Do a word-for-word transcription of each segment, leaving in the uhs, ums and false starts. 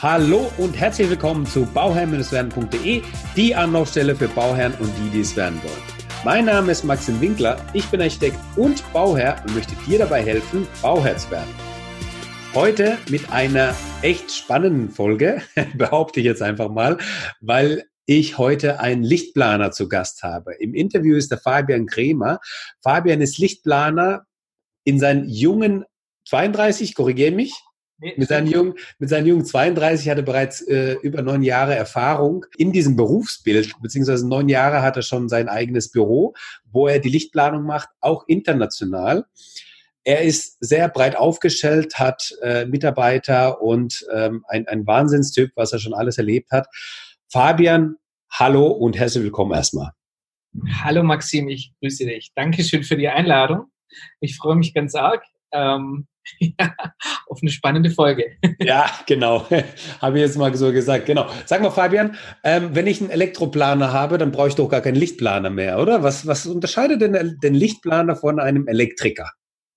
Hallo und herzlich willkommen zu bauherren werden punkt de, die Anlaufstelle für Bauherren und die, die es werden wollen. Mein Name ist Maxim Winkler, ich bin Architekt und Bauherr und möchte dir dabei helfen, Bauherr zu werden. Heute mit einer echt spannenden Folge, behaupte ich jetzt einfach mal, weil ich heute einen Lichtplaner zu Gast habe. Im Interview ist der Fabian Krämer. Fabian ist Lichtplaner in seinen jungen zweiunddreißig, korrigiere mich, mit seinen jungen, mit seinen jungen zweiunddreißig hat er bereits äh, über neun Jahre Erfahrung in diesem Berufsbild, beziehungsweise neun Jahre hat er schon sein eigenes Büro, wo er die Lichtplanung macht, auch international. Er ist sehr breit aufgestellt, hat äh, Mitarbeiter und ähm, ein, ein Wahnsinnstyp, was er schon alles erlebt hat. Fabian, hallo und herzlich willkommen erstmal. Hallo Maxim, ich grüße dich. Dankeschön für die Einladung. Ich freue mich ganz arg ähm, ja, auf eine spannende Folge. Ja, genau. Habe ich jetzt mal so gesagt. Genau. Sag mal, Fabian, ähm, wenn ich einen Elektroplaner habe, dann brauche ich doch gar keinen Lichtplaner mehr, oder? Was, was unterscheidet denn den Lichtplaner von einem Elektriker?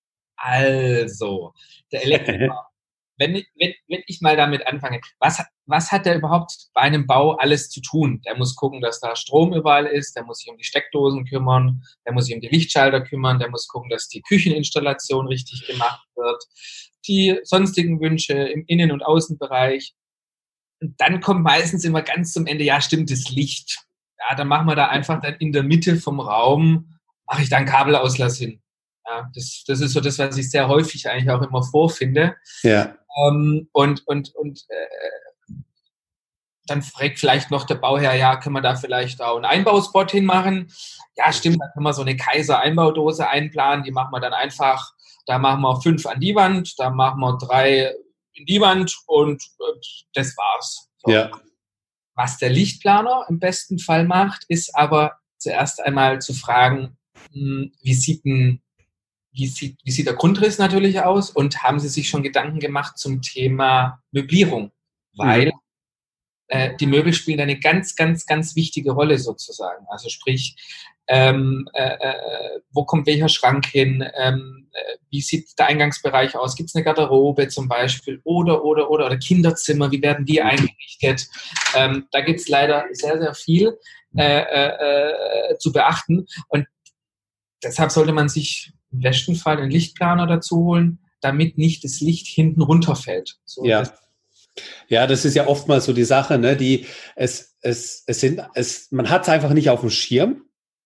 Also, der Elektriker, wenn, ich, wenn, wenn ich mal damit anfange, was, was hat der überhaupt bei einem Bau alles zu tun? Der muss gucken, dass da Strom überall ist, der muss sich um die Steckdosen kümmern, der muss sich um die Lichtschalter kümmern, der muss gucken, dass die Kücheninstallation richtig gemacht wird, die sonstigen Wünsche im Innen- und Außenbereich. Und dann kommt meistens immer ganz zum Ende, ja stimmt, das Licht. Ja, dann machen wir da einfach dann in der Mitte vom Raum, mache ich da einen Kabelauslass hin. Ja, das, das ist so das, was ich sehr häufig eigentlich auch immer vorfinde. Ja. Ähm, und und, und äh, dann fragt vielleicht noch der Bauherr, ja, können wir da vielleicht auch einen Einbauspot hinmachen? Ja, stimmt, da können wir so eine Kaiser-Einbaudose einplanen, die machen wir dann einfach, da machen wir fünf an die Wand, da machen wir drei in die Wand und äh, das war's. So. Ja. Was der Lichtplaner im besten Fall macht, ist aber zuerst einmal zu fragen, mh, wie sieht ein Wie sieht, wie sieht der Grundriss natürlich aus und haben Sie sich schon Gedanken gemacht zum Thema Möblierung? Weil Mhm. äh, die Möbel spielen eine ganz, ganz, ganz wichtige Rolle sozusagen. Also sprich, ähm, äh, äh, wo kommt welcher Schrank hin? Ähm, äh, wie sieht der Eingangsbereich aus? Gibt es eine Garderobe zum Beispiel? Oder, oder, oder, oder Kinderzimmer, wie werden die eingerichtet? Ähm, da gibt es leider sehr, sehr viel äh, äh, zu beachten und deshalb sollte man sich im besten Fall einen Lichtplaner dazu holen, damit nicht das Licht hinten runterfällt. So, Ja. das Ja, das ist ja oftmals so die Sache, ne? Die, es, es, es sind, es, man hat es einfach nicht auf dem Schirm.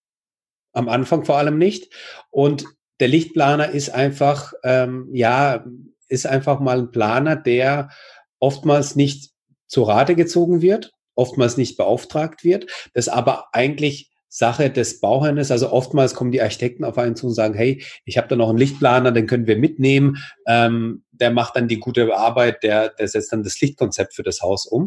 Am Anfang vor allem nicht. Und der Lichtplaner ist einfach, ähm, ja, ist einfach mal ein Planer, der oftmals nicht zu Rate gezogen wird, oftmals nicht beauftragt wird, das aber eigentlich Sache des Bauherrn ist. Also oftmals kommen die Architekten auf einen zu und sagen, hey, ich habe da noch einen Lichtplaner, den können wir mitnehmen. Ähm, der macht dann die gute Arbeit, der, der setzt dann das Lichtkonzept für das Haus um.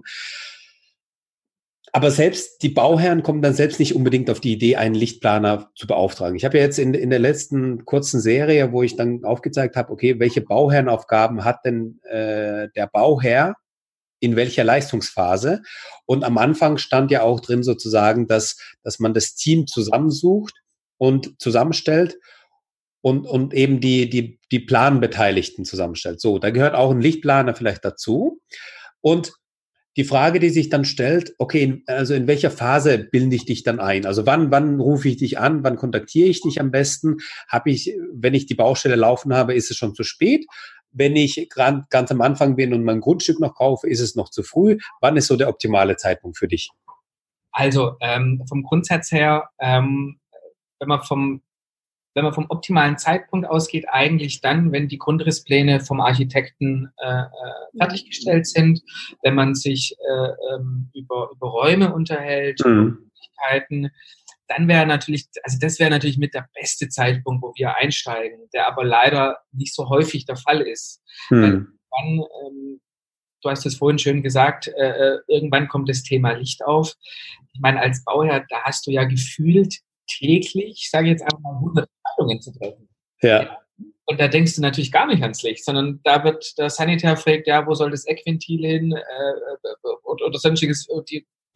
Aber selbst die Bauherren kommen dann selbst nicht unbedingt auf die Idee, einen Lichtplaner zu beauftragen. Ich habe ja jetzt in, in der letzten kurzen Serie, wo ich dann aufgezeigt habe, okay, welche Bauherrenaufgaben hat denn äh, der Bauherr in welcher Leistungsphase? Und am Anfang stand ja auch drin sozusagen, dass, dass man das Team zusammensucht und zusammenstellt und, und eben die, die, die Planbeteiligten zusammenstellt. So, da gehört auch ein Lichtplaner vielleicht dazu. Und die Frage, die sich dann stellt, okay, also in welcher Phase binde ich dich dann ein? Also wann, wann rufe ich dich an? Wann kontaktiere ich dich am besten? Habe ich, wenn ich die Baustelle laufen habe, ist es schon zu spät? Wenn ich grad, ganz am Anfang bin und mein Grundstück noch kaufe, ist es noch zu früh? Wann ist so der optimale Zeitpunkt für dich? also ähm, vom Grundsatz her, ähm, wenn man vom wenn man vom optimalen Zeitpunkt ausgeht, eigentlich dann, wenn die Grundrisspläne vom Architekten äh, fertiggestellt sind, wenn man sich äh, ähm, über, über Räume unterhält, über Mhm. Möglichkeiten, dann wäre natürlich, also das wäre natürlich mit der beste Zeitpunkt, wo wir einsteigen, der aber leider nicht so häufig der Fall ist. Weil Mhm. dann, ähm, du hast es vorhin schön gesagt, äh, irgendwann kommt das Thema Licht auf. Ich meine, als Bauherr, da hast du ja gefühlt täglich, sage ich jetzt einfach mal, hundert Entscheidungen zu treffen. Ja. Und da denkst du natürlich gar nicht ans Licht, sondern da wird der Sanitär fragt, ja, wo soll das Eckventil hin äh, oder, oder sonstiges, die,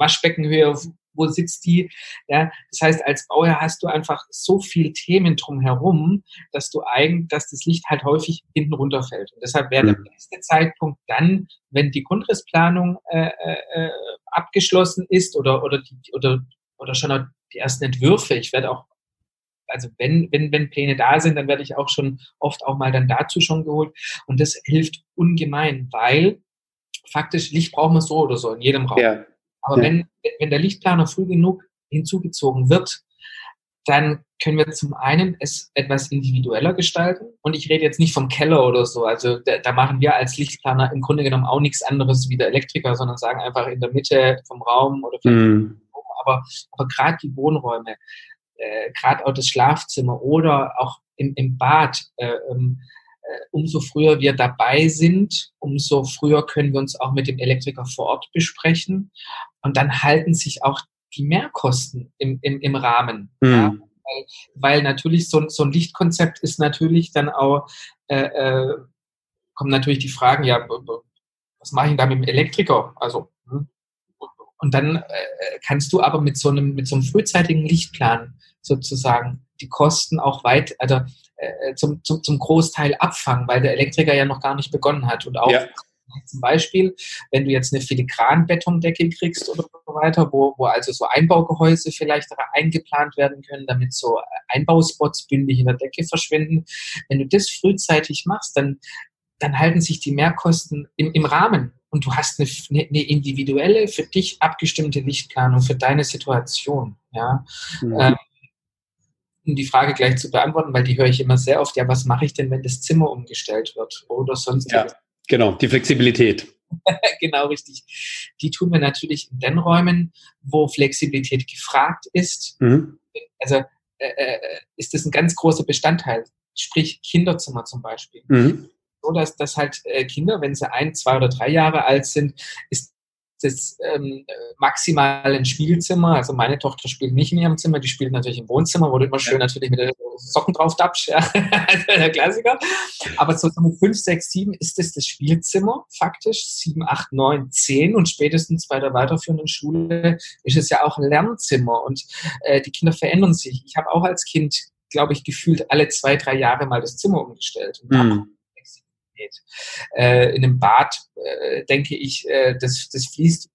Waschbeckenhöhe, wo sitzt die? Ja, das heißt, als Bauherr hast du einfach so viel Themen drumherum, dass du eigentlich, dass das Licht halt häufig hinten runterfällt. Und deshalb wäre der beste Zeitpunkt dann, wenn die Grundrissplanung äh, äh, abgeschlossen ist oder oder die, oder oder schon die ersten Entwürfe. Ich werde auch, also wenn wenn wenn Pläne da sind, dann werde ich auch schon oft auch mal dann dazu schon geholt. Und das hilft ungemein, weil faktisch Licht brauchen wir so oder so in jedem Raum. Ja. Aber Ja. wenn, wenn der Lichtplaner früh genug hinzugezogen wird, dann können wir zum einen es etwas individueller gestalten. Und ich rede jetzt nicht vom Keller oder so. Also da, da machen wir als Lichtplaner im Grunde genommen auch nichts anderes wie der Elektriker, sondern sagen einfach in der Mitte vom Raum oder vielleicht Mhm. aber, aber gerade die Wohnräume, äh, gerade auch das Schlafzimmer oder auch im, im Bad, äh, ähm, umso früher wir dabei sind, umso früher können wir uns auch mit dem Elektriker vor Ort besprechen. Und dann halten sich auch die Mehrkosten im, im, im Rahmen. Mhm. Ja? Weil, weil natürlich so, so ein Lichtkonzept ist natürlich dann auch, äh, äh, kommen natürlich die Fragen, ja, was mache ich da mit dem Elektriker? Also, hm. Und dann äh, kannst du aber mit so einem, mit so einem frühzeitigen Lichtplan sozusagen die Kosten auch weit, also äh, zum, zum, zum Großteil abfangen, weil der Elektriker ja noch gar nicht begonnen hat. Und auch Ja. zum Beispiel, wenn du jetzt eine Filigran-Betondecke kriegst oder so weiter, wo, wo also so Einbaugehäuse vielleicht eingeplant werden können, damit so Einbauspots bündig in der Decke verschwinden. Wenn du das frühzeitig machst, dann, dann halten sich die Mehrkosten im, im Rahmen. Und du hast eine, eine individuelle, für dich abgestimmte Lichtplanung für deine Situation. Ja. Mhm. Ähm, um die Frage gleich zu beantworten, weil die höre ich immer sehr oft, ja, was mache ich denn, wenn das Zimmer umgestellt wird oder sonst? Ja, genau, die Flexibilität. Genau, richtig. Die tun wir natürlich in den Räumen, wo Flexibilität gefragt ist. Mhm. Also äh, ist das ein ganz großer Bestandteil, sprich Kinderzimmer zum Beispiel. Mhm. So, dass, dass halt äh, Kinder, wenn sie ein, zwei oder drei Jahre alt sind, ist das ähm, maximal ein Spielzimmer. Also meine Tochter spielt nicht in ihrem Zimmer, die spielt natürlich im Wohnzimmer, wo du immer schön ja. natürlich mit den Socken drauf tapst, ja. Der Klassiker. Aber so mit fünf, sechs, sieben ist das das Spielzimmer faktisch, sieben, acht, neun, zehn und spätestens bei der weiterführenden Schule ist es ja auch ein Lernzimmer und äh, die Kinder verändern sich. Ich habe auch als Kind, glaube ich, gefühlt alle zwei, drei Jahre mal das Zimmer umgestellt. Und mhm. Äh, in einem Bad, äh, denke ich, äh, das, das fließt,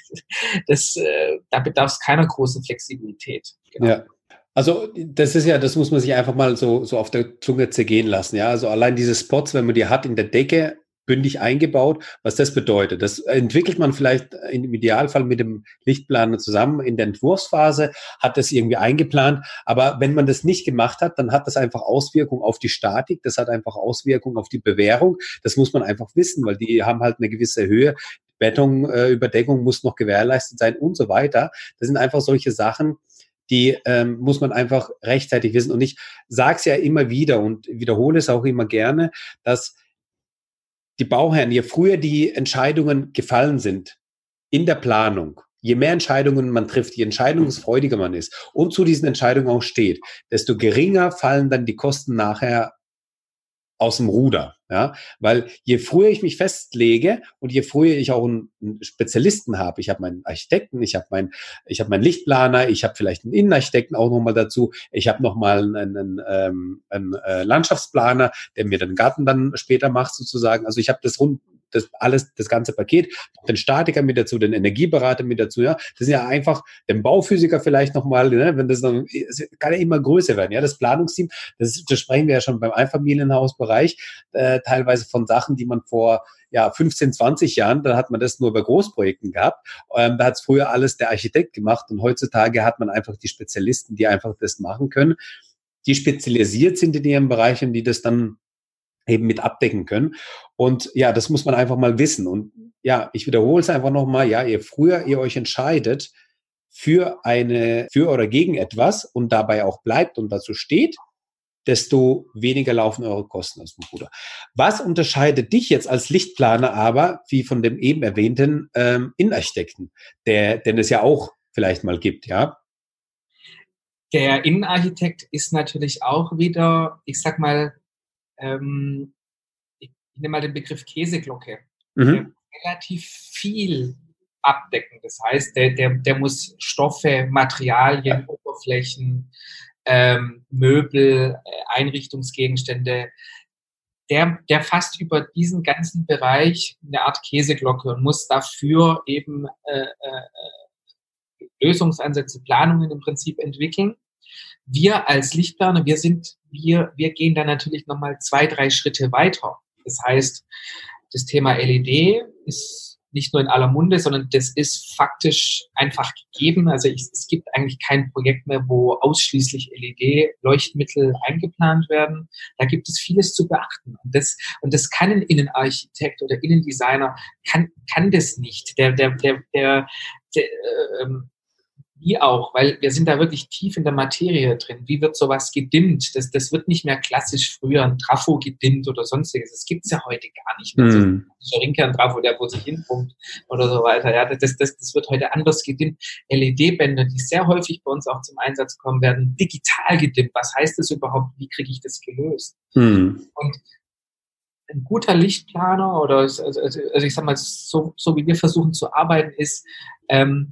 das, äh, da bedarf es keiner großen Flexibilität. Genau. Ja. Also das ist ja, das muss man sich einfach mal so, so auf der Zunge zergehen lassen. Ja, also allein diese Spots, wenn man die hat in der Decke, bündig eingebaut, was das bedeutet. Das entwickelt man vielleicht im Idealfall mit dem Lichtplaner zusammen in der Entwurfsphase, hat das irgendwie eingeplant, aber wenn man das nicht gemacht hat, dann hat das einfach Auswirkungen auf die Statik, das hat einfach Auswirkungen auf die Bewährung, das muss man einfach wissen, weil die haben halt eine gewisse Höhe, Betonüberdeckung äh, muss noch gewährleistet sein und so weiter. Das sind einfach solche Sachen, die ähm, muss man einfach rechtzeitig wissen und ich sage es ja immer wieder und wiederhole es auch immer gerne, dass die Bauherren, je früher die Entscheidungen gefallen sind in der Planung, je mehr Entscheidungen man trifft, je entscheidungsfreudiger man ist und zu diesen Entscheidungen auch steht, desto geringer fallen dann die Kosten nachher aus dem Ruder, ja, weil je früher ich mich festlege und je früher ich auch einen, einen Spezialisten habe, ich habe meinen Architekten, ich habe meinen, ich habe meinen Lichtplaner, ich habe vielleicht einen Innenarchitekten auch nochmal dazu, ich habe nochmal einen, einen, ähm, einen äh, Landschaftsplaner, der mir den Garten dann später macht sozusagen, also ich habe das rund das alles, das ganze Paket, den Statiker mit dazu, den Energieberater mit dazu, ja, das sind ja einfach, den Bauphysiker vielleicht nochmal, ne, wenn das dann, es kann ja immer größer werden, ja, das Planungsteam, das, das sprechen wir ja schon beim Einfamilienhausbereich, äh, teilweise von Sachen, die man vor, ja, fünfzehn, zwanzig Jahren, da hat man das nur bei Großprojekten gehabt, ähm, da hat es früher alles der Architekt gemacht und heutzutage hat man einfach die Spezialisten, die einfach das machen können, die spezialisiert sind in ihrem Bereich und die das dann eben mit abdecken können. Und ja, das muss man einfach mal wissen. Und ja, ich wiederhole es einfach nochmal, ja, je früher ihr euch entscheidet für eine, für oder gegen etwas und dabei auch bleibt und dazu steht, desto weniger laufen eure Kosten aus dem Ruder. Was unterscheidet dich jetzt als Lichtplaner aber, wie von dem eben erwähnten ähm, Innenarchitekten, der, den es ja auch vielleicht mal gibt, ja? Der Innenarchitekt ist natürlich auch wieder, ich sag mal, Ähm, ich, ich nehme mal den Begriff Käseglocke, mhm. der relativ viel abdecken. Das heißt, der, der, der muss Stoffe, Materialien, ja. Oberflächen, ähm, Möbel, äh, Einrichtungsgegenstände, der, der fasst über diesen ganzen Bereich eine Art Käseglocke und muss dafür eben äh, äh, Lösungsansätze, Planungen im Prinzip entwickeln. Wir als Lichtplaner, wir sind, wir, wir gehen da natürlich nochmal zwei, drei Schritte weiter. Das heißt, das Thema L E D ist nicht nur in aller Munde, sondern das ist faktisch einfach gegeben. Also ich, es gibt eigentlich kein Projekt mehr, wo ausschließlich L E D-Leuchtmittel eingeplant werden. Da gibt es vieles zu beachten. Und das, und das kann ein Innenarchitekt oder Innendesigner, kann, kann das nicht. Der, der, der, der, der ähm, wie auch, weil wir sind da wirklich tief in der Materie drin. Wie wird sowas gedimmt? Das, das wird nicht mehr klassisch früher ein Trafo gedimmt oder sonstiges. Das gibt es ja heute gar nicht mehr. Mm. So ein Ringkern-Trafo, der wo sich hinpumpt oder so weiter. Ja, das, das, das wird heute anders gedimmt. L E D-Bänder, die sehr häufig bei uns auch zum Einsatz kommen, werden digital gedimmt. Was heißt das überhaupt? Wie kriege ich das gelöst? Mm. Und ein guter Lichtplaner oder also, also ich sag mal, so, so wie wir versuchen zu arbeiten, ist, ähm,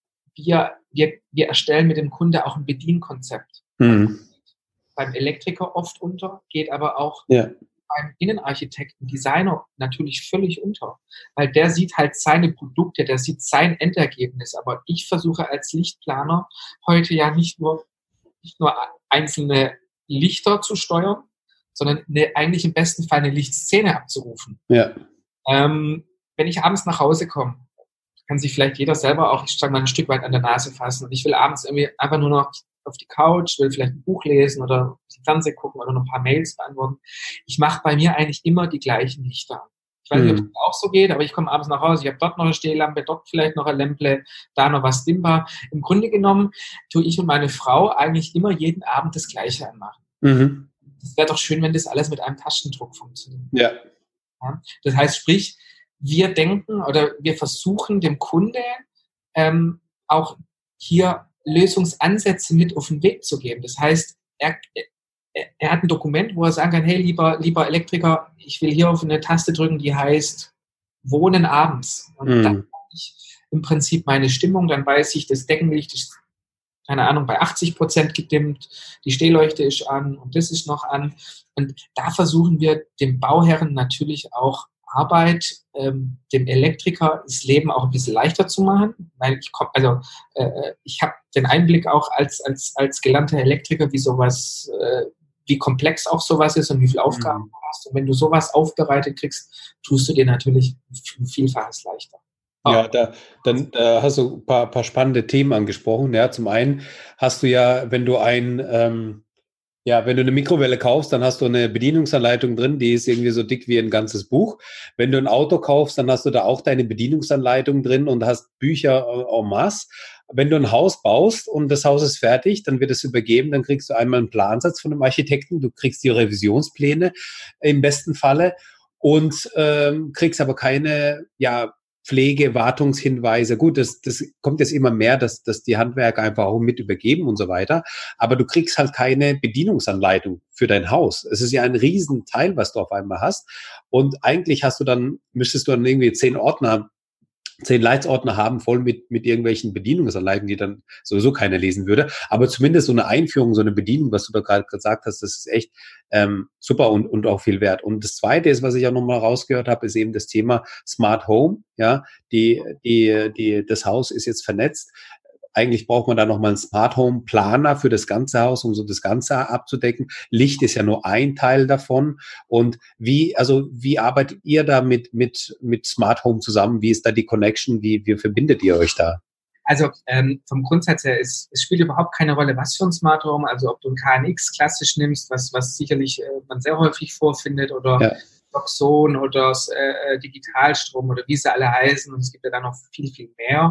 wir, wir, wir erstellen mit dem Kunde auch ein Bedienkonzept. Mhm. Beim Elektriker oft unter, geht aber auch ja. beim Innenarchitekten, Designer natürlich völlig unter. Weil der sieht halt seine Produkte, der sieht sein Endergebnis. Aber ich versuche als Lichtplaner heute ja nicht nur, nicht nur einzelne Lichter zu steuern, sondern eine, eigentlich im besten Fall eine Lichtszene abzurufen. Ja. Ähm, wenn ich abends nach Hause komme, kann sich vielleicht jeder selber auch, ich sage mal, ein Stück weit an der Nase fassen. Und ich will abends irgendwie einfach nur noch auf die Couch, will vielleicht ein Buch lesen oder Fernsehen gucken oder noch ein paar Mails beantworten. Ich mache bei mir eigentlich immer die gleichen Lichter. Ich weiß nicht, ob es auch so geht, aber ich komme abends nach Hause, ich habe dort noch eine Stehlampe, dort vielleicht noch ein Lämple, da noch was dimmbar. Im Grunde genommen tue ich und meine Frau eigentlich immer jeden Abend das Gleiche anmachen. Mhm. Das wäre doch schön, wenn das alles mit einem Taschendruck funktioniert. Ja. Ja? Das heißt, sprich, wir denken oder wir versuchen dem Kunde ähm, auch hier Lösungsansätze mit auf den Weg zu geben. Das heißt, er, er, er hat ein Dokument, wo er sagen kann, hey, lieber, lieber Elektriker, ich will hier auf eine Taste drücken, die heißt Wohnen abends. Und mm. dann habe ich im Prinzip meine Stimmung, dann weiß ich, das Deckenlicht ist, keine Ahnung, bei achtzig Prozent gedimmt, die Stehleuchte ist an und das ist noch an. Und da versuchen wir dem Bauherren natürlich auch Arbeit, ähm, dem Elektriker das Leben auch ein bisschen leichter zu machen, weil ich komm, also äh, ich habe den Einblick auch als als als gelernter Elektriker, wie sowas, äh, wie komplex auch sowas ist und wie viele Aufgaben mhm. du hast. Und wenn du sowas aufbereitet kriegst, tust du dir natürlich ein Vielfaches leichter. Oh. Ja, da, dann äh, hast du ein paar, paar spannende Themen angesprochen. Ja, zum einen hast du ja, wenn du ein ähm, Ja, wenn du eine Mikrowelle kaufst, dann hast du eine Bedienungsanleitung drin, die ist irgendwie so dick wie ein ganzes Buch. Wenn du ein Auto kaufst, dann hast du da auch deine Bedienungsanleitung drin und hast Bücher en masse. Wenn du ein Haus baust und das Haus ist fertig, dann wird es übergeben, dann kriegst du einmal einen Plansatz von einem Architekten, du kriegst die Revisionspläne im besten Falle und ähm, kriegst aber keine, ja, Pflege, Wartungshinweise, gut, das, das kommt jetzt immer mehr, dass, dass die Handwerker einfach auch mit übergeben und so weiter, aber du kriegst halt keine Bedienungsanleitung für dein Haus. Es ist ja ein Riesenteil, was du auf einmal hast und eigentlich hast du dann, müsstest du dann irgendwie zehn Ordner, zehn Leitsordner haben, voll mit, mit irgendwelchen Bedienungsanleitungen, die dann sowieso keiner lesen würde. Aber zumindest so eine Einführung, so eine Bedienung, was du da gerade gesagt hast, das ist echt ähm, super und, und auch viel wert. Und das Zweite ist, was ich auch nochmal rausgehört habe, ist eben das Thema Smart Home. Ja, die, die, die, das Haus ist jetzt vernetzt. Eigentlich braucht man da nochmal einen Smart Home Planer für das ganze Haus, um so das Ganze abzudecken. Licht ist ja nur ein Teil davon. Und wie, also, wie arbeitet ihr da mit, mit, mit Smart Home zusammen? Wie ist da die Connection? Wie, wie verbindet ihr euch da? Also, ähm, vom Grundsatz her, ist, es spielt überhaupt keine Rolle, was für ein Smart Home, also ob du ein K N X klassisch nimmst, was, was sicherlich äh, man sehr häufig vorfindet, oder ja. Doxon oder äh, Digitalstrom oder wie sie alle heißen. Und es gibt ja da noch viel, viel mehr.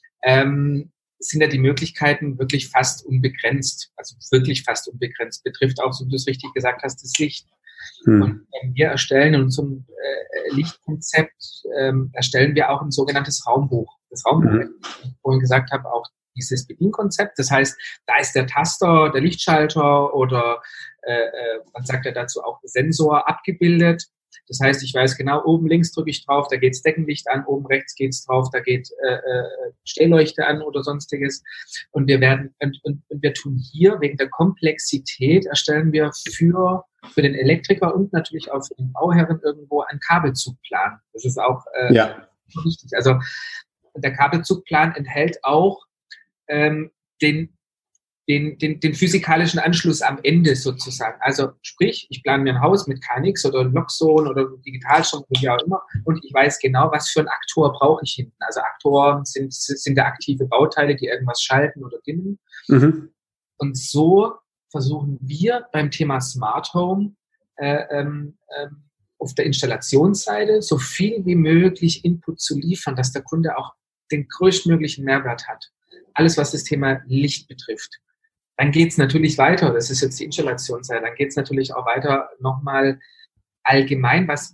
Ähm, sind ja die Möglichkeiten wirklich fast unbegrenzt, also wirklich fast unbegrenzt, betrifft auch, so wie du es richtig gesagt hast, das Licht. Hm. Und wenn wir erstellen in unserem äh, Lichtkonzept, ähm, erstellen wir auch ein sogenanntes Raumbuch. Das Raumbuch, hm. wie ich vorhin gesagt habe, auch dieses Bedienkonzept. Das heißt, da ist der Taster, der Lichtschalter oder äh, man sagt ja dazu auch Sensor abgebildet. Das heißt, ich weiß genau, oben links drücke ich drauf, da geht's Deckenlicht an, oben rechts geht's drauf, da geht äh, äh, Stehleuchte an oder sonstiges. Und wir werden und, und, und wir tun hier wegen der Komplexität erstellen wir für für den Elektriker und natürlich auch für den Bauherren irgendwo einen Kabelzugplan. Das ist auch äh, ja. wichtig. Also der Kabelzugplan enthält auch ähm, den Den, den, den physikalischen Anschluss am Ende sozusagen. Also sprich, ich plane mir ein Haus mit K N X oder Loxone oder Digitalstrom oder wie auch immer und ich weiß genau, was für einen Aktor brauche ich hinten. Also Aktoren sind, sind da aktive Bauteile, die irgendwas schalten oder dimmen. Mhm. Und so versuchen wir beim Thema Smart Home äh, ähm, ähm, auf der Installationsseite so viel wie möglich Input zu liefern, dass der Kunde auch den größtmöglichen Mehrwert hat. Alles, was das Thema Licht betrifft. Dann geht es natürlich weiter, das ist jetzt die Installationsseite, dann geht es natürlich auch weiter nochmal allgemein, was,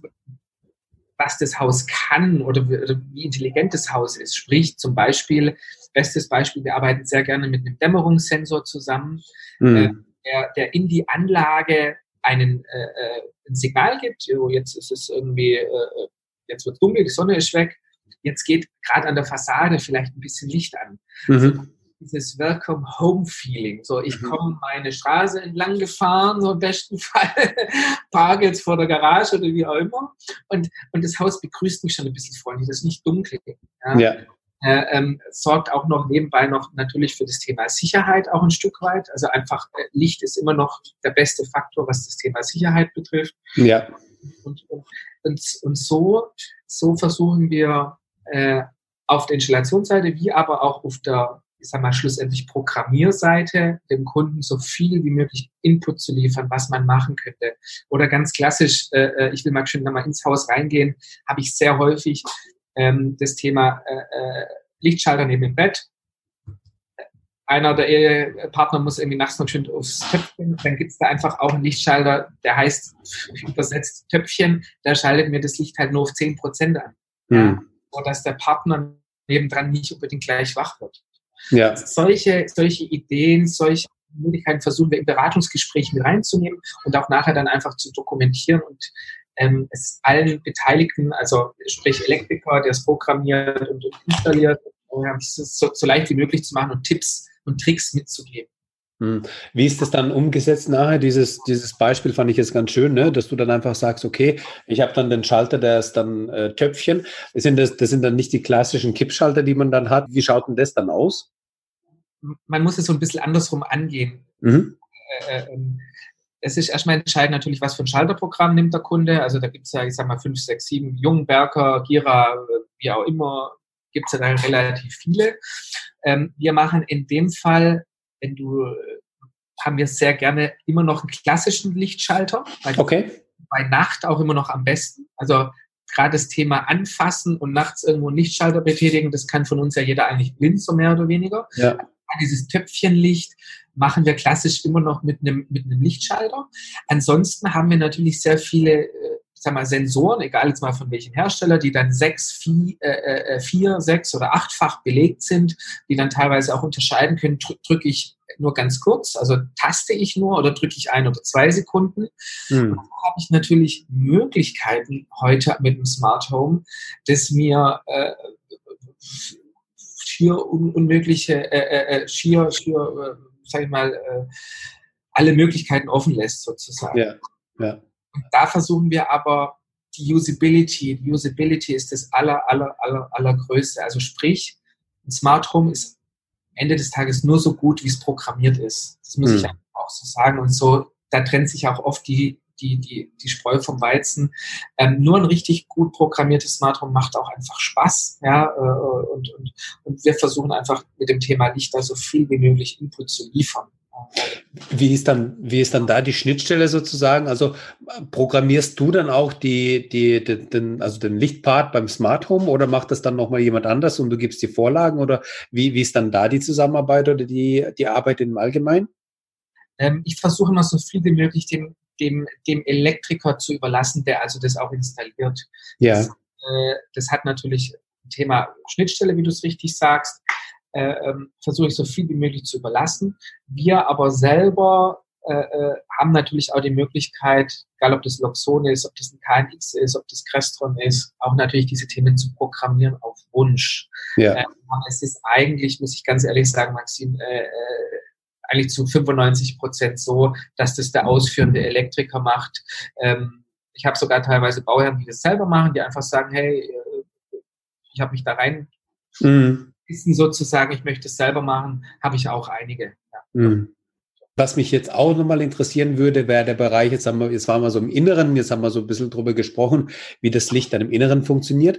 was das Haus kann oder wie, oder wie intelligent das Haus ist. Sprich zum Beispiel, bestes Beispiel, wir arbeiten sehr gerne mit einem Dämmerungssensor zusammen, mhm. äh, der, der in die Anlage einen, äh, ein Signal gibt. Oh, jetzt ist es irgendwie, äh, jetzt wird es dunkel, die Sonne ist weg, jetzt geht gerade an der Fassade vielleicht ein bisschen Licht an. Mhm. So, dieses Welcome-Home-Feeling. So, ich mhm. komme meine Straße entlang gefahren, so im besten Fall, parke jetzt vor der Garage oder wie auch immer. Und, und das Haus begrüßt mich schon ein bisschen freundlich. Das ist nicht dunkel. Ja. ja. Äh, ähm, sorgt auch noch nebenbei noch natürlich für das Thema Sicherheit auch ein Stück weit. Also einfach, äh, Licht ist immer noch der beste Faktor, was das Thema Sicherheit betrifft. Ja. Und, und, und, und so, so versuchen wir äh, auf der Installationsseite wie aber auch auf der, ich sag mal, schlussendlich Programmierseite dem Kunden so viel wie möglich Input zu liefern, was man machen könnte. Oder ganz klassisch, äh, ich will mal schön nochmal ins Haus reingehen, habe ich sehr häufig ähm, das Thema äh, Lichtschalter neben dem Bett. Einer der Ehepartner muss irgendwie nachts noch schön aufs Töpfchen, dann gibt es da einfach auch einen Lichtschalter, der heißt, übersetzt Töpfchen, der schaltet mir das Licht halt nur auf zehn Prozent an. Mhm. Ja, so dass der Partner nebendran nicht unbedingt gleich wach wird. Ja. Solche, solche Ideen, solche Möglichkeiten versuchen wir im Beratungsgespräch mit reinzunehmen und auch nachher dann einfach zu dokumentieren und ähm, es allen Beteiligten, also sprich Elektriker, der es programmiert und, und installiert, äh, so, so leicht wie möglich zu machen und Tipps und Tricks mitzugeben. Wie ist das dann umgesetzt nachher? Dieses, dieses Beispiel fand ich jetzt ganz schön, ne? Dass du dann einfach sagst, okay, ich habe dann den Schalter, der ist dann äh, Töpfchen. Das sind, das, das sind dann nicht die klassischen Kippschalter, die man dann hat. Wie schaut denn das dann aus? Man muss es so ein bisschen andersrum angehen. Mhm. Äh, äh, es ist erstmal entscheidend natürlich, was für ein Schalterprogramm nimmt der Kunde. Also da gibt es ja, ich sag mal, fünf, sechs, sieben, Jungberger, Gira, wie auch immer, gibt es ja da relativ viele. Ähm, wir machen in dem Fall, wenn du, haben wir sehr gerne immer noch einen klassischen Lichtschalter. Okay. Bei Nacht auch immer noch am besten. Also gerade das Thema anfassen und nachts irgendwo einen Lichtschalter betätigen, das kann von uns ja jeder eigentlich blind, so mehr oder weniger. Ja. Dieses Töpfchenlicht machen wir klassisch immer noch mit einem, mit einem Lichtschalter. Ansonsten haben wir natürlich sehr viele, ich sag mal, Sensoren, egal jetzt mal von welchem Hersteller, die dann sechs, vier, äh, vier, sechs oder achtfach belegt sind, die dann teilweise auch unterscheiden können, drücke drück ich nur ganz kurz, also taste ich nur oder drücke ich ein oder zwei Sekunden. Hm. Da habe ich natürlich Möglichkeiten heute mit dem Smart Home, dass mir äh, schier un- unmögliche, äh, äh, schier, schier, äh, sag ich mal, äh, alle Möglichkeiten offen lässt sozusagen. Ja, ja. Und da versuchen wir aber die Usability, die Usability ist das aller, aller, aller, allergrößte. Also sprich, ein Smart Home ist am Ende des Tages nur so gut, wie es programmiert ist. Das muss hm. ich auch so sagen. Und so, da trennt sich auch oft die, die, die, die Spreu vom Weizen. Ähm, nur ein richtig gut programmiertes Smart Home macht auch einfach Spaß. Ja, äh, und, und, und wir versuchen einfach mit dem Thema Licht da so viel wie möglich Input zu liefern. Wie ist dann, wie ist dann da die Schnittstelle sozusagen? Also programmierst du dann auch die, die, die, den, also den Lichtpart beim Smart Home oder macht das dann nochmal jemand anders und du gibst die Vorlagen oder wie, wie ist dann da die Zusammenarbeit oder die, die Arbeit im Allgemeinen? Ähm, ich versuche immer so viel wie möglich dem, dem, dem Elektriker zu überlassen, der also das auch installiert. Ja. Das, äh, das hat natürlich ein Thema Schnittstelle, wie du es richtig sagst. Äh, ähm, versuche ich so viel wie möglich zu überlassen. Wir aber selber äh, haben natürlich auch die Möglichkeit, egal ob das Loxone ist, ob das ein K N X ist, ob das Crestron ist, auch natürlich diese Themen zu programmieren auf Wunsch. Ja. Äh, aber es ist eigentlich, muss ich ganz ehrlich sagen, Maxim, äh, äh, eigentlich zu fünfundneunzig Prozent so, dass das der ausführende Elektriker macht. Ähm, ich habe sogar teilweise Bauherren, die das selber machen, die einfach sagen, hey, ich habe mich da rein Mhm. wissen sozusagen, ich möchte es selber machen, habe ich auch einige. Ja. Mhm. Was mich jetzt auch nochmal interessieren würde, wäre der Bereich, jetzt haben wir, jetzt waren wir so im Inneren, jetzt haben wir so ein bisschen drüber gesprochen, wie das Licht dann im Inneren funktioniert.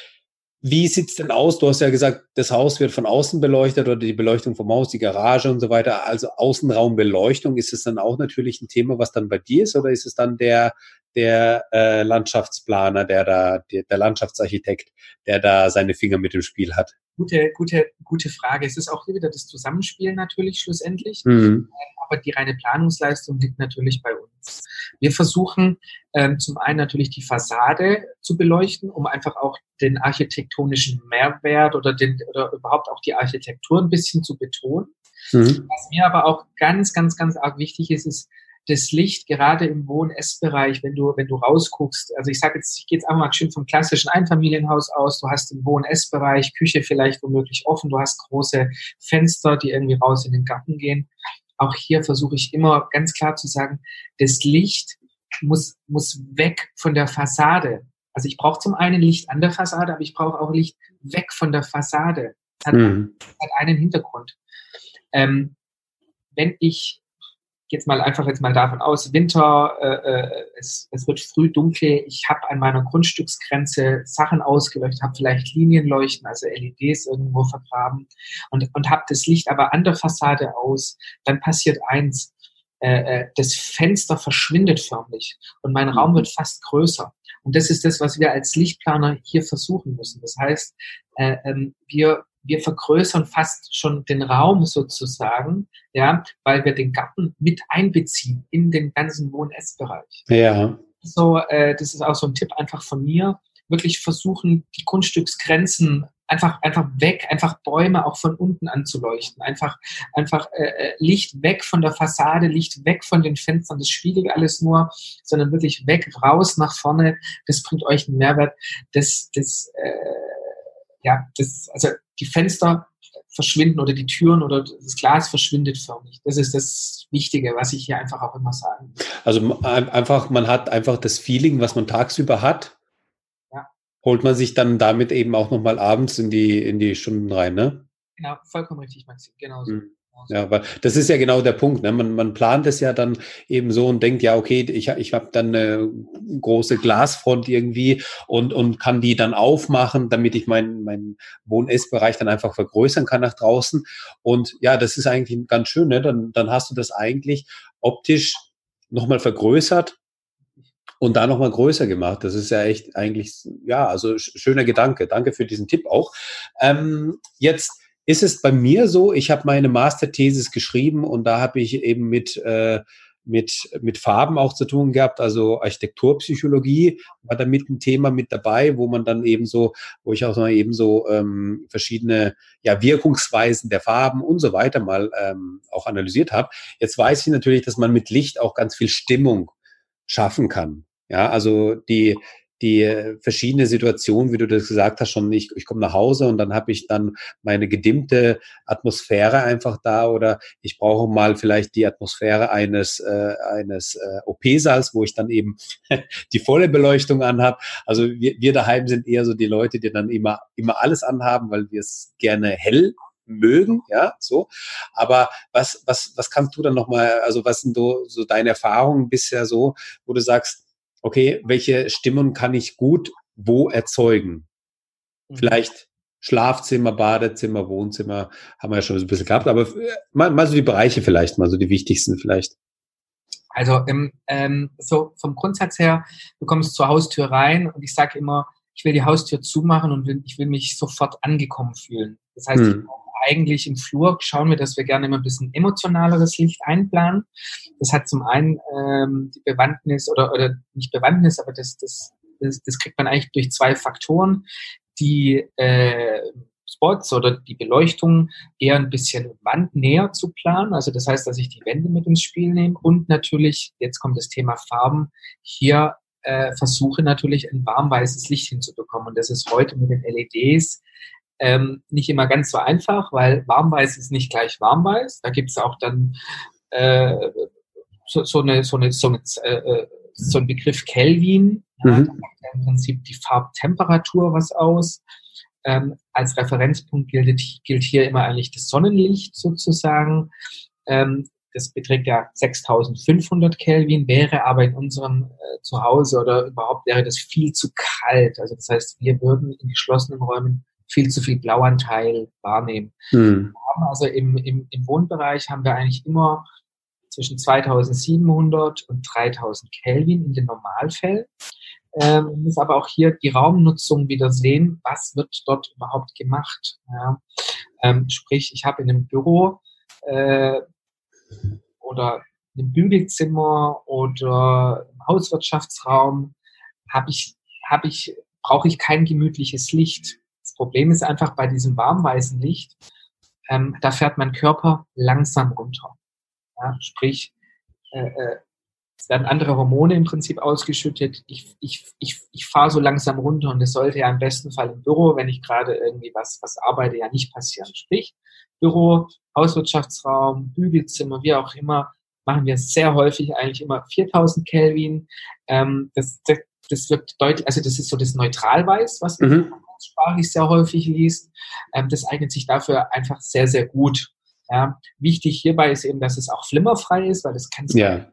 Wie sieht's denn aus? Du hast ja gesagt, das Haus wird von außen beleuchtet oder die Beleuchtung vom Haus, die Garage und so weiter. Also Außenraumbeleuchtung, ist es dann auch natürlich ein Thema, was dann bei dir ist, oder ist es dann der, der äh, Landschaftsplaner, der da, der, der Landschaftsarchitekt, der da seine Finger mit im Spiel hat? Gute, gute, gute Frage. Es ist auch hier wieder das Zusammenspiel natürlich schlussendlich. Mhm. Aber die reine Planungsleistung liegt natürlich bei uns. Wir versuchen ähm, zum einen natürlich die Fassade zu beleuchten, um einfach auch den architektonischen Mehrwert oder, den, oder überhaupt auch die Architektur ein bisschen zu betonen. Mhm. Was mir aber auch ganz, ganz, ganz arg wichtig ist, ist das Licht, gerade im Wohn-Ess-Bereich, wenn du, wenn du rausguckst. Also ich sage jetzt, ich gehe jetzt einfach mal schön vom klassischen Einfamilienhaus aus. Du hast im Wohn-Ess-Bereich, Küche vielleicht womöglich offen. Du hast große Fenster, die irgendwie raus in den Garten gehen. Auch hier versuche ich immer ganz klar zu sagen, das Licht muss, muss weg von der Fassade. Also ich brauche zum einen Licht an der Fassade, aber ich brauche auch Licht weg von der Fassade. Das hat, mhm. hat einen Hintergrund. Ähm, wenn ich jetzt mal einfach jetzt mal davon aus, Winter, äh, es, es wird früh dunkel, ich habe an meiner Grundstücksgrenze Sachen ausgeleuchtet, habe vielleicht Linienleuchten, also L E Ds irgendwo vergraben und, und habe das Licht aber an der Fassade aus, dann passiert eins, äh, das Fenster verschwindet förmlich und mein mhm. Raum wird fast größer. Und das ist das, was wir als Lichtplaner hier versuchen müssen. Das heißt, äh, ähm, wir Wir vergrößern fast schon den Raum sozusagen, ja, weil wir den Garten mit einbeziehen in den ganzen Wohn-Ess-Bereich. Ja. So, äh, das ist auch so ein Tipp einfach von mir. Wirklich versuchen, die Grundstücksgrenzen einfach, einfach weg, einfach Bäume auch von unten anzuleuchten. Einfach, einfach äh, Licht weg von der Fassade, Licht weg von den Fenstern. Das spiegelt alles nur, sondern wirklich weg, raus nach vorne. Das bringt euch einen Mehrwert. Das, das, äh, ja, das, also die Fenster verschwinden oder die Türen oder das Glas verschwindet förmlich. Das ist das Wichtige, was ich hier einfach auch immer sage. Also einfach, man hat einfach das Feeling, was man tagsüber hat, ja. Holt man sich dann damit eben auch nochmal abends in die, in die Stunden rein, ne? Genau, vollkommen richtig, Maxim, genau so. Hm. Ja, weil das ist ja genau der Punkt. Ne? Man, man plant es ja dann eben so und denkt, ja, okay, ich, ich habe dann eine große Glasfront irgendwie und, und kann die dann aufmachen, damit ich meinen mein Wohn-Ess-Bereich dann einfach vergrößern kann nach draußen. Und ja, das ist eigentlich ganz schön. Ne? Dann, dann hast du das eigentlich optisch nochmal vergrößert und da nochmal größer gemacht. Das ist ja echt eigentlich, ja, also schöner Gedanke. Danke für diesen Tipp auch. Ähm, jetzt ist es bei mir so, ich habe meine Masterthesis geschrieben und da habe ich eben mit, äh, mit, mit Farben auch zu tun gehabt, also Architekturpsychologie war da mit ein Thema mit dabei, wo man dann eben so, wo ich auch mal eben so ähm, verschiedene ja, Wirkungsweisen der Farben und so weiter mal ähm, auch analysiert habe. Jetzt weiß ich natürlich, dass man mit Licht auch ganz viel Stimmung schaffen kann. Ja, also die die verschiedene Situationen, wie du das gesagt hast, schon, ich, ich komme nach Hause und dann habe ich dann meine gedimmte Atmosphäre einfach da oder ich brauche mal vielleicht die Atmosphäre eines, äh, eines äh, O P-Saals, wo ich dann eben die volle Beleuchtung anhabe. Also wir, wir daheim sind eher so die Leute, die dann immer, immer alles anhaben, weil wir es gerne hell mögen, ja, so. Aber was, was, was kannst du dann nochmal, also was sind so, so deine Erfahrungen bisher so, wo du sagst, okay, welche Stimmung kann ich gut wo erzeugen? Mhm. Vielleicht Schlafzimmer, Badezimmer, Wohnzimmer, haben wir ja schon so ein bisschen gehabt, aber mal, mal so die Bereiche vielleicht, mal so die wichtigsten vielleicht. Also ähm, ähm, so vom Grundsatz her, du kommst zur Haustür rein und ich sage immer, ich will die Haustür zumachen und will, ich will mich sofort angekommen fühlen. Das heißt, hm. ich eigentlich im Flur schauen wir, dass wir gerne immer ein bisschen emotionaleres Licht einplanen. Das hat zum einen ähm, die Bewandtnis oder, oder nicht Bewandtnis, aber das, das, das, das kriegt man eigentlich durch zwei Faktoren, die äh, Spots oder die Beleuchtung eher ein bisschen wandnäher zu planen. Also das heißt, dass ich die Wände mit ins Spiel nehme und natürlich, jetzt kommt das Thema Farben, hier äh, versuche natürlich ein warmweißes Licht hinzubekommen. Und das ist heute mit den L E Ds ähm, nicht immer ganz so einfach, weil warmweiß ist nicht gleich warmweiß. Da gibt es auch dann äh, so, so, eine, so, eine, so, eine, äh, so ein Begriff Kelvin. Ja, mhm. Da macht ja im Prinzip die Farbtemperatur was aus. Ähm, als Referenzpunkt gilt, gilt hier immer eigentlich das Sonnenlicht sozusagen. Ähm, das beträgt ja sechstausendfünfhundert Kelvin, wäre aber in unserem äh, Zuhause oder überhaupt wäre das viel zu kalt. Also das heißt, wir würden in geschlossenen Räumen viel zu viel Blauanteil wahrnehmen. Mhm. Wir haben also im, im, im Wohnbereich haben wir eigentlich immer zwischen zweitausendsiebenhundert und dreitausend Kelvin in den Normalfällen. Ähm, man muss aber auch hier die Raumnutzung wieder sehen, was wird dort überhaupt gemacht. Ja? Ähm, sprich, ich habe in einem Büro äh, oder im Bügelzimmer oder im Hauswirtschaftsraum habe ich, habe ich, brauche ich kein gemütliches Licht. Das Problem ist einfach bei diesem warmweißen Licht, ähm, da fährt mein Körper langsam runter. Ja? Sprich, äh, äh, es werden andere Hormone im Prinzip ausgeschüttet. Ich, ich, ich, ich fahre so langsam runter und das sollte ja im besten Fall im Büro, wenn ich gerade irgendwie was, was arbeite, ja nicht passieren. Sprich, Büro, Hauswirtschaftsraum, Bügelzimmer, wie auch immer, machen wir sehr häufig eigentlich immer viertausend Kelvin. Ähm, das, das, das wird deutlich, also das ist so das Neutralweiß, was man mhm. sprachlich sehr häufig liest. Ähm, das eignet sich dafür einfach sehr, sehr gut. Ja, wichtig hierbei ist eben, dass es auch flimmerfrei ist, weil das kann es ja.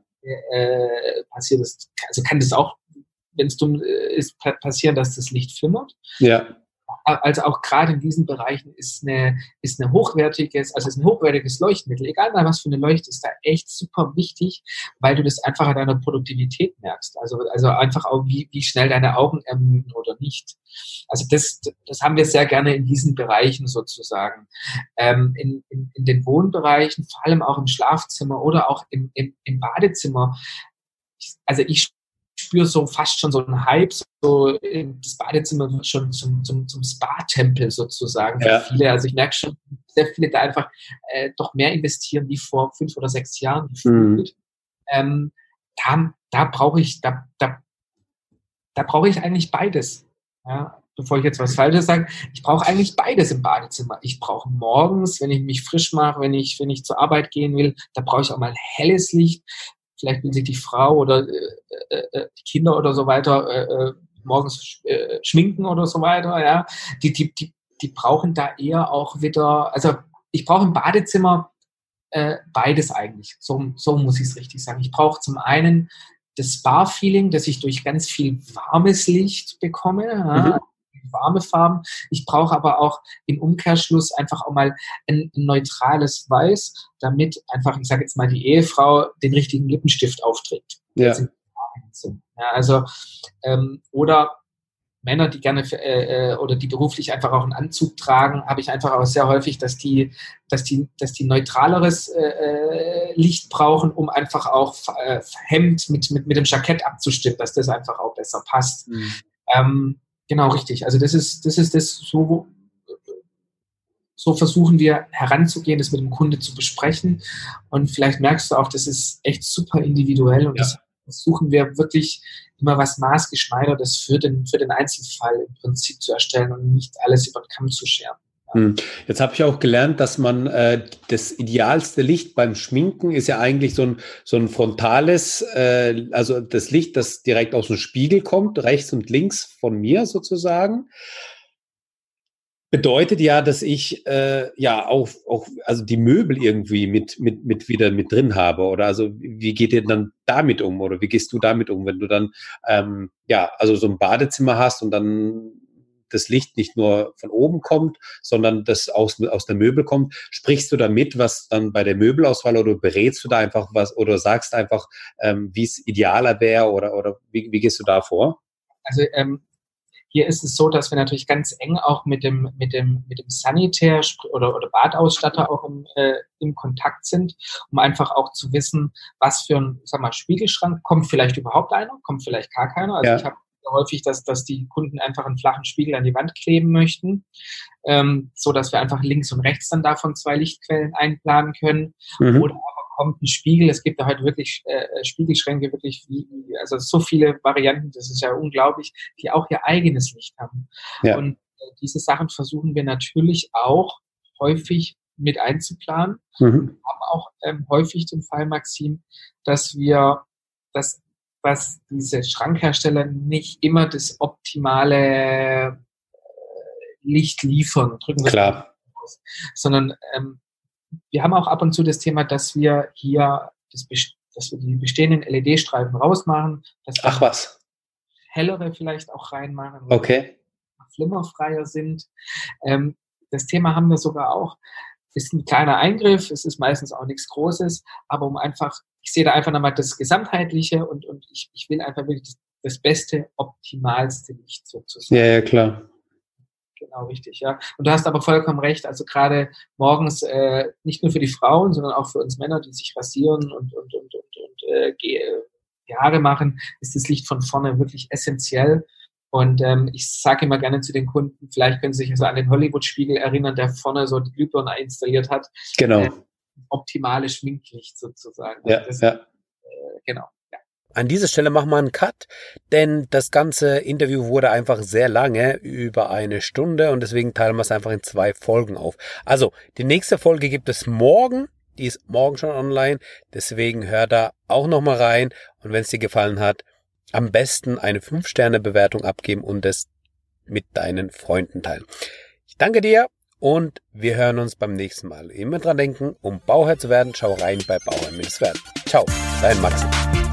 Äh, passiert ist, also kann das auch, wenn es dumm ist, passieren, dass das Licht flimmert. Ja. Also auch gerade in diesen Bereichen ist eine, ist eine hochwertiges, also ist ein hochwertiges Leuchtmittel, egal mal was für eine Leuchte, ist da echt super wichtig, weil du das einfach an deiner Produktivität merkst. Also, also einfach auch, wie, wie schnell deine Augen ermüden oder nicht. Also das, das haben wir sehr gerne in diesen Bereichen sozusagen. Ähm, in, in, in den Wohnbereichen, vor allem auch im Schlafzimmer oder auch im, im, im Badezimmer. Also ich spüre so fast schon so einen Hype, so das Badezimmer wird schon zum, zum, zum Spa-Tempel sozusagen für ja. viele. Also ich merke schon, sehr viele da einfach äh, doch mehr investieren wie vor fünf oder sechs Jahren gefühlt. Mhm. Ähm, da da brauche ich, da, da, da brauche ich eigentlich beides. Ja, bevor ich jetzt was Falsches sage, ich brauche eigentlich beides im Badezimmer. Ich brauche morgens, wenn ich mich frisch mache, wenn ich, wenn ich zur Arbeit gehen will, da brauche ich auch mal helles Licht. Vielleicht will sich die Frau oder äh, äh, die Kinder oder so weiter äh, morgens äh, schminken oder so weiter. Ja, die, die, die, die brauchen da eher auch wieder, also ich brauche im Badezimmer äh, beides eigentlich. So, so muss ich es richtig sagen. Ich brauche zum einen das Spa-Feeling, das ich durch ganz viel warmes Licht bekomme. Ja, mhm. Warme Farben. Ich brauche aber auch im Umkehrschluss einfach auch mal ein, ein neutrales Weiß, damit einfach, ich sage jetzt mal, die Ehefrau den richtigen Lippenstift aufträgt. Ja. Ja, also ähm, oder Männer, die gerne äh, oder die beruflich einfach auch einen Anzug tragen, habe ich einfach auch sehr häufig, dass die, dass die, dass die neutraleres äh, Licht brauchen, um einfach auch äh, Hemd mit, mit, mit dem Jackett abzustimmen, dass das einfach auch besser passt. Mhm. Ähm, Genau, richtig. Also das ist, das ist das, so, so versuchen wir heranzugehen, das mit dem Kunde zu besprechen. Und vielleicht merkst du auch, das ist echt super individuell und ja. das versuchen wir wirklich immer was maßgeschneidertes für den, für den Einzelfall im Prinzip zu erstellen und nicht alles über den Kamm zu scheren. Jetzt habe ich auch gelernt, dass man äh, das idealste Licht beim Schminken ist ja eigentlich so ein, so ein frontales, äh, also das Licht, das direkt aus dem Spiegel kommt, rechts und links von mir sozusagen. Bedeutet ja, dass ich äh, ja auch, auch also die Möbel irgendwie mit, mit, mit wieder mit drin habe. Oder also wie geht ihr dann damit um? Oder wie gehst du damit um, wenn du dann ähm, ja also so ein Badezimmer hast und dann das Licht nicht nur von oben kommt, sondern das aus, aus der Möbel kommt. Sprichst du da mit, was dann bei der Möbelauswahl oder berätst du da einfach was oder sagst einfach, ähm, wie es idealer wäre oder, oder wie, wie gehst du da vor? Also ähm, hier ist es so, dass wir natürlich ganz eng auch mit dem, mit dem, mit dem Sanitär oder, oder Badausstatter auch im, äh, im Kontakt sind, um einfach auch zu wissen, was für ein, sag mal, Spiegelschrank, kommt vielleicht überhaupt einer, kommt vielleicht gar keiner. Also ja. ich habe häufig, dass, dass die Kunden einfach einen flachen Spiegel an die Wand kleben möchten, ähm, so dass wir einfach links und rechts dann davon zwei Lichtquellen einplanen können. Mhm. Oder aber kommt ein Spiegel. Es gibt da heute wirklich äh, Spiegelschränke, wirklich wie, also so viele Varianten, das ist ja unglaublich, die auch ihr eigenes Licht haben. Ja. Und äh, diese Sachen versuchen wir natürlich auch häufig mit einzuplanen. Mhm. Wir haben auch ähm, häufig den Fall, Maxim, dass wir, dass, dass diese Schrankhersteller nicht immer das optimale äh, Licht liefern, drücken wir Klar. aus, sondern ähm, wir haben auch ab und zu das Thema, dass wir hier, das, dass wir die bestehenden L E D-Streifen rausmachen, dass wir Ach was. hellere vielleicht auch reinmachen, okay. die flimmerfreier sind. Ähm, das Thema haben wir sogar auch. Ist ein kleiner Eingriff, es ist meistens auch nichts Großes, aber um einfach, ich sehe da einfach nochmal das Gesamtheitliche und, und ich, ich will einfach wirklich das, das beste, optimalste Licht sozusagen. Ja, ja, klar. Genau, richtig, ja. Und du hast aber vollkommen recht, also gerade morgens, äh, nicht nur für die Frauen, sondern auch für uns Männer, die sich rasieren und, und, und, und, und äh, die Haare machen, ist das Licht von vorne wirklich essentiell. Und ähm, ich sage immer gerne zu den Kunden, vielleicht können Sie sich so an den Hollywood-Spiegel erinnern, der vorne so die Glühbirne installiert hat. Genau. Äh, optimale Schminklicht sozusagen. Ja, das, ja. Äh, genau. Ja. An dieser Stelle machen wir einen Cut, denn das ganze Interview wurde einfach sehr lange, über eine Stunde, und deswegen teilen wir es einfach in zwei Folgen auf. Also, die nächste Folge gibt es morgen. Die ist morgen schon online, deswegen hör da auch nochmal rein. Und wenn es dir gefallen hat, am besten eine fünf Sterne Bewertung abgeben und es mit deinen Freunden teilen. Ich danke dir und wir hören uns beim nächsten Mal. Immer dran denken, um Bauherr zu werden, schau rein bei Bauherr-Werden. Ciao, dein Maxi.